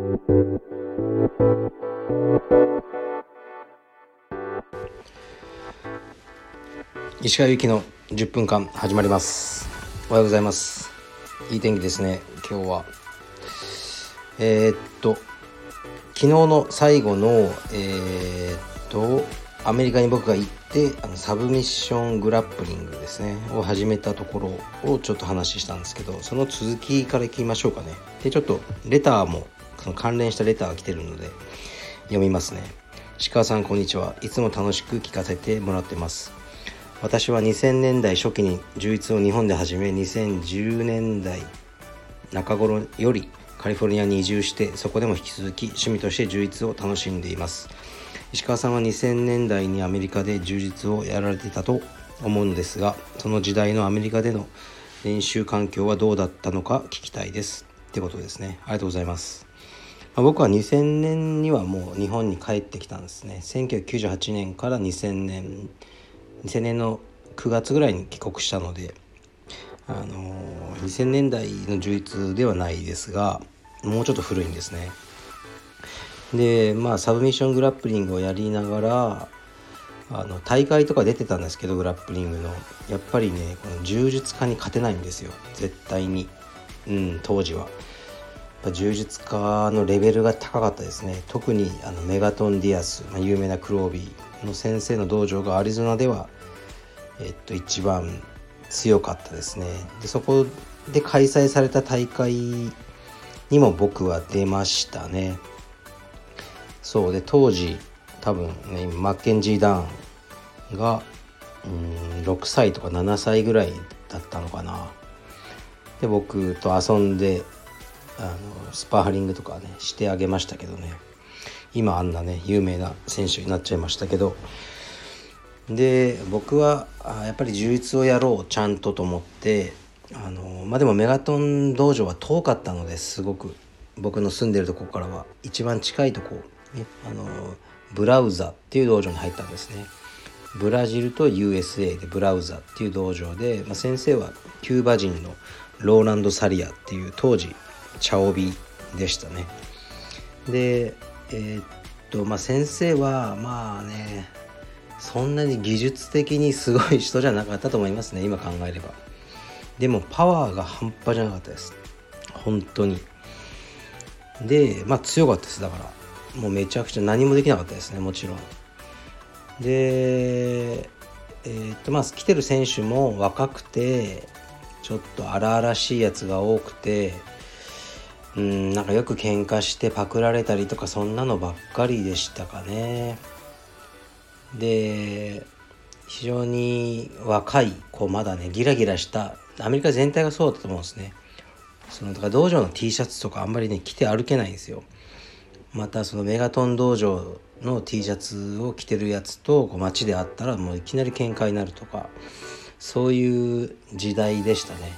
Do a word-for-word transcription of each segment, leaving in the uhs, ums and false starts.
石川由紀のじゅっぷんかん始まります。おはようございます。いい天気ですね今日は。えー、っと昨日の最後のえー、っとアメリカに僕が行ってあのサブミッショングラップリングですねを始めたところをちょっと話したんですけど、その続きからいきましょうかね。でちょっとレターもその関連したレターが来てるので読みますね。石川さんこんにちは。いつも楽しく聞かせてもらってます。私はにせんねんだい初期に柔術を日本で始め、にせんじゅうねんだい中頃よりカリフォルニアに移住して、そこでも引き続き趣味として柔術を楽しんでいます。石川さんはにせんねんだいにアメリカで柔術をやられていたと思うのですが、その時代のアメリカでの練習環境はどうだったのか聞きたいですってことですね。ありがとうございます。まあ、僕はにせんねんにはもう日本に帰ってきたんですね。せんきゅうひゃくきゅうじゅうはちねんからにせんねんにせんねんのくがつぐらいに帰国したので、あのー、にせんねんだいの充実ではないですが、もうちょっと古いんですね。でまあサブミッショングラップリングをやりながらあの大会とか出てたんですけど、グラップリングのやっぱりねこの柔術家に勝てないんですよ絶対に。うん当時はやっぱ柔術家のレベルが高かったですね。特にあのメガトン・ディアス、まあ、有名な黒帯の先生の道場がアリゾナではえっと一番強かったですね。でそこで開催された大会にも僕は出ましたね。そうで当時多分ねマッケンジー・ダーンがうんろくさいとかななさいぐらいだったのかな。で僕と遊んであのスパーリングとかねしてあげましたけどね。今あんなね有名な選手になっちゃいましたけど、で僕はやっぱり柔術をやろうちゃんとと思って、あのまあでもメガトン道場は遠かったので、すごく僕の住んでるところからは一番近いとこ、ね、あのブラウザっていう道場に入ったんですね。ブラジルと ユーエスエー でブラウザっていう道場で、まあ、先生はキューバ人のローランド・サリアっていう当時茶帯でしたね。でえー、っとまあ先生はまあねそんなに技術的にすごい人じゃなかったと思いますね今考えれば。でもパワーが半端じゃなかったです本当に。でまあ強かったです。だからもうめちゃくちゃ何もできなかったですねもちろん。でえー、っとまあ来てる選手も若くてちょっと荒々しいやつが多くて、うんなんかよく喧嘩してパクられたりとかそんなのばっかりでしたかね。で非常に若いこうまだねギラギラしたアメリカ全体がそうだったと思うんですね。そのだから道場の T シャツとかあんまりね着て歩けないんですよ。またそのメガトン道場の T シャツを着てるやつとこう街で会ったらもういきなり喧嘩になるとか、そういう時代でしたね。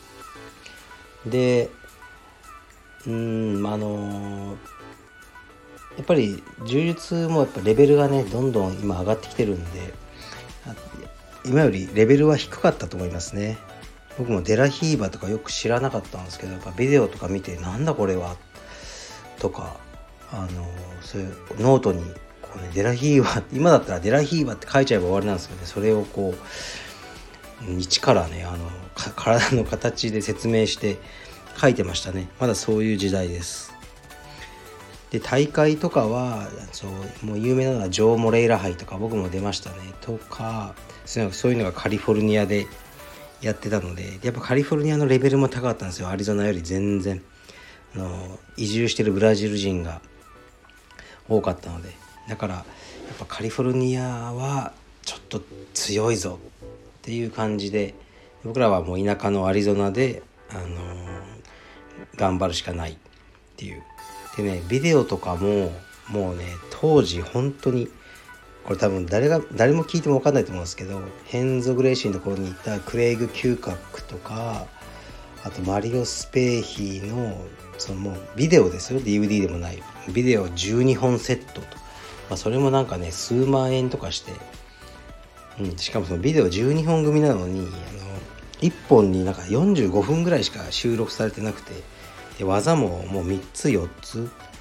でうーんあのー、やっぱり柔術もやっぱレベルがねどんどん今上がってきてるんで、今よりレベルは低かったと思いますね。僕もデラヒーバとかよく知らなかったんですけど、やっぱビデオとか見てなんだこれはとか、あのそういうノートにこう、ね、デラヒーバ今だったらデラヒーバって書いちゃえば終わりなんですけどね、それをこう一からねあの体の形で説明して書いてましたね。まだそういう時代です。で大会とかはそうもう有名なのはジョー・モレイラ杯とか僕も出ましたねとか、そういうのがカリフォルニアでやってたので、やっぱカリフォルニアのレベルも高かったんですよ。アリゾナより全然あの移住してるブラジル人が多かったので、だからやっぱカリフォルニアはちょっと強いぞっていう感じで、僕らはもう田舎のアリゾナで、あの頑張るしかないっていう。でねビデオとかももうね当時本当にこれ多分誰が誰も聞いても分かんないと思うんですけど、ヘンゾ・グレイシーのところにいたクレイグ・キューカックとか、あとマリオ・スペーヒーのそのもうビデオですよ ディーブイディー でもないビデオじゅうにほんセットと、まあ、それもなんかね数万円とかして、うん、しかもそのビデオじゅうにほん組なのにあのいっぽんになんかよんじゅうごふんぐらいしか収録されてなくて、で技ももうみっつよっつ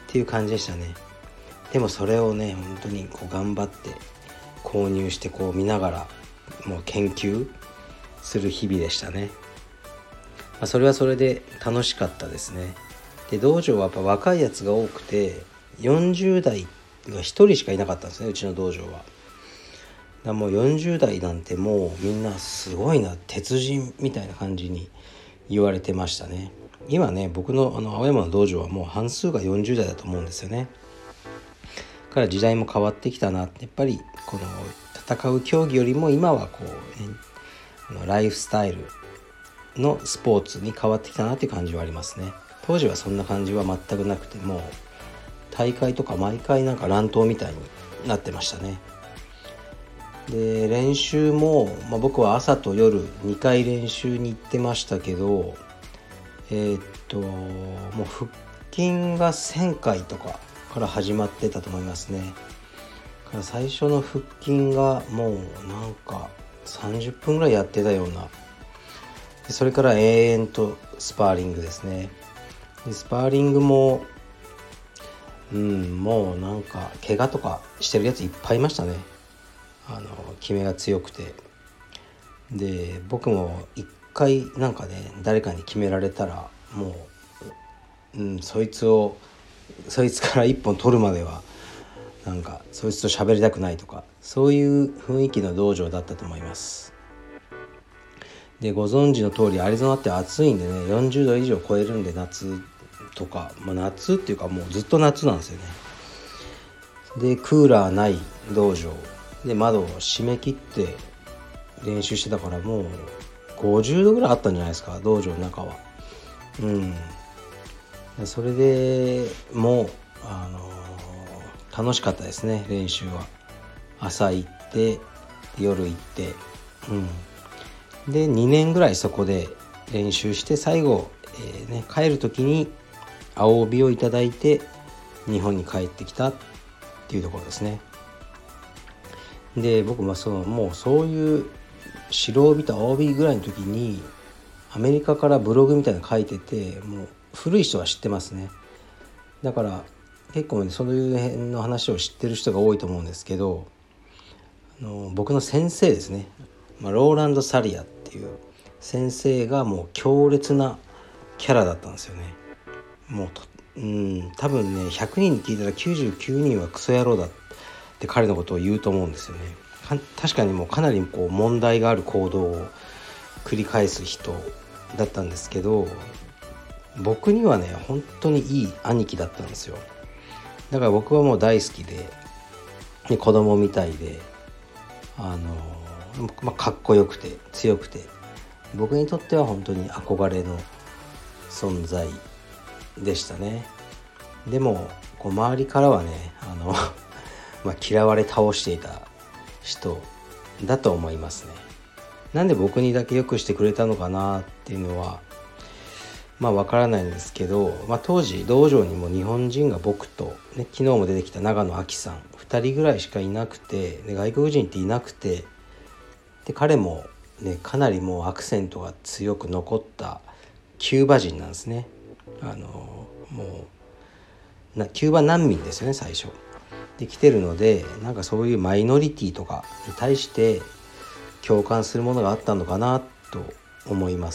っていう感じでしたね。でもそれをね本当にこう頑張って購入してこう見ながらもう研究する日々でしたね。まあ、それはそれで楽しかったですね。で道場はやっぱ若いやつが多くてよんじゅう代がひとりしかいなかったんですね、うちの道場は。だもうよんじゅう代なんてもうみんなすごいな、鉄人みたいな感じに言われてましたね。今ね僕のあの青山の道場はもう半数がよんじゅう代だと思うんですよね。だから時代も変わってきたなって、やっぱりこの戦う競技よりも今はこう、ね、あのライフスタイルのスポーツに変わってきたなっていう感じはありますね。当時はそんな感じは全くなくて、もう大会とか毎回なんか乱闘みたいになってましたね。で練習も、まあ、僕は朝と夜にかい練習に行ってましたけど、えー、っともう腹筋がせんかいとかから始まってたと思いますね。だから最初の腹筋がもうなんかさんじゅっぷんぐらいやってたような。でそれから永遠とスパーリングですね。でスパーリングもうんもうなんか怪我とかしてるやついっぱいいましたね。あの決めが強くて、で僕も一回なんかね誰かに決められたらもう、うん、そいつをそいつから一本取るまではなんかそいつと喋りたくないとか、そういう雰囲気の道場だったと思います。でご存知の通りアリゾナって暑いんでね、よんじゅうど以上超えるんで、夏とか、まあ、夏っていうかもうずっと夏なんですよね。でクーラーない道場で窓を閉め切って練習してたから、もうごじゅうどぐらいあったんじゃないですか、道場の中は。うんそれでもう、あのー、楽しかったですね。練習は朝行って夜行って、うん、でにねんぐらいそこで練習して、最後、えーね、帰る時に青帯をいただいて日本に帰ってきたっていうところですね。で僕もそのもうそういう白帯と青帯ぐらいの時にアメリカからブログみたいなの書いてて、もう古い人は知ってますね。だから結構ねそういう辺の話を知ってる人が多いと思うんですけど、あの僕の先生ですね、まあ、ローランド・サリアっていう先生がもう強烈なキャラだったんですよね。もうとうん多分ねひゃくにんに聞いたらきゅうじゅうきゅうにんはクソ野郎だって彼のことを言うと思うんですよね。確かにもうかなりこう問題がある行動を繰り返す人だったんですけど、僕にはね本当にいい兄貴だったんですよ。だから僕はもう大好きで、で子供みたいで、あの、まあ、かっこよくて強くて、僕にとっては本当に憧れの存在でしたね。でもこう周りからはねあの、まあ、嫌われ倒していた人だと思いますね。なんで僕にだけ良くしてくれたのかなっていうのはまあわからないんですけど、まあ、当時道場にも日本人が僕と、ね、昨日も出てきた長野亜紀さんふたりぐらいしかいなくて、で外国人っていなくて、で彼も、ね、かなりもうアクセントが強く残ったキューバ人なんですね。あのもうなキューバ難民ですよね最初で来てるので、なんかそういうマイノリティとかに対して共感するものがあったのかなと思います。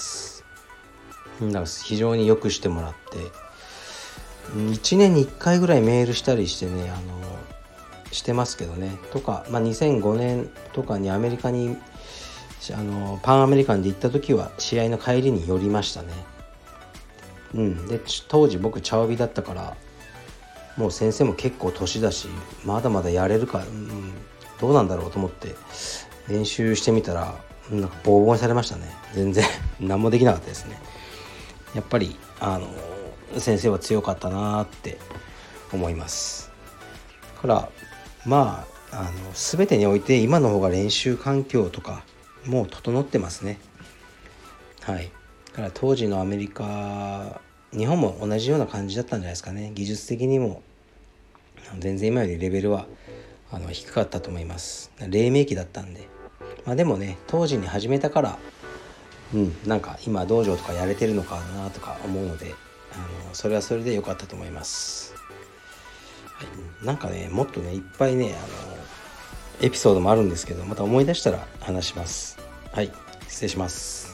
だから非常によくしてもらって、いちねんにいっかいぐらいメールしたりしてね、あのしてますけどね。とか、まあ、にせんごねんとかにアメリカにあのパンアメリカンで行った時は試合の帰りに寄りましたね。うん、で当時僕茶帯だったから、もう先生も結構年だしまだまだやれるか、うん、どうなんだろうと思って練習してみたら、なんかボコボコにされましたね。全然何もできなかったですね。やっぱりあの先生は強かったなって思います。だからまあ、あの全てにおいて今の方が練習環境とかもう整ってますね。はい。だから当時のアメリカ、日本も同じような感じだったんじゃないですかね。技術的にも全然今よりレベルはあの低かったと思います。黎明期だったんで。まあでもね、当時に始めたからうんなんか今道場とかやれてるのかなとか思うので、あのそれはそれで良かったと思います。 はい、なんかねもっとねいっぱいねあのエピソードもあるんですけど、また思い出したら話します。はい、失礼します。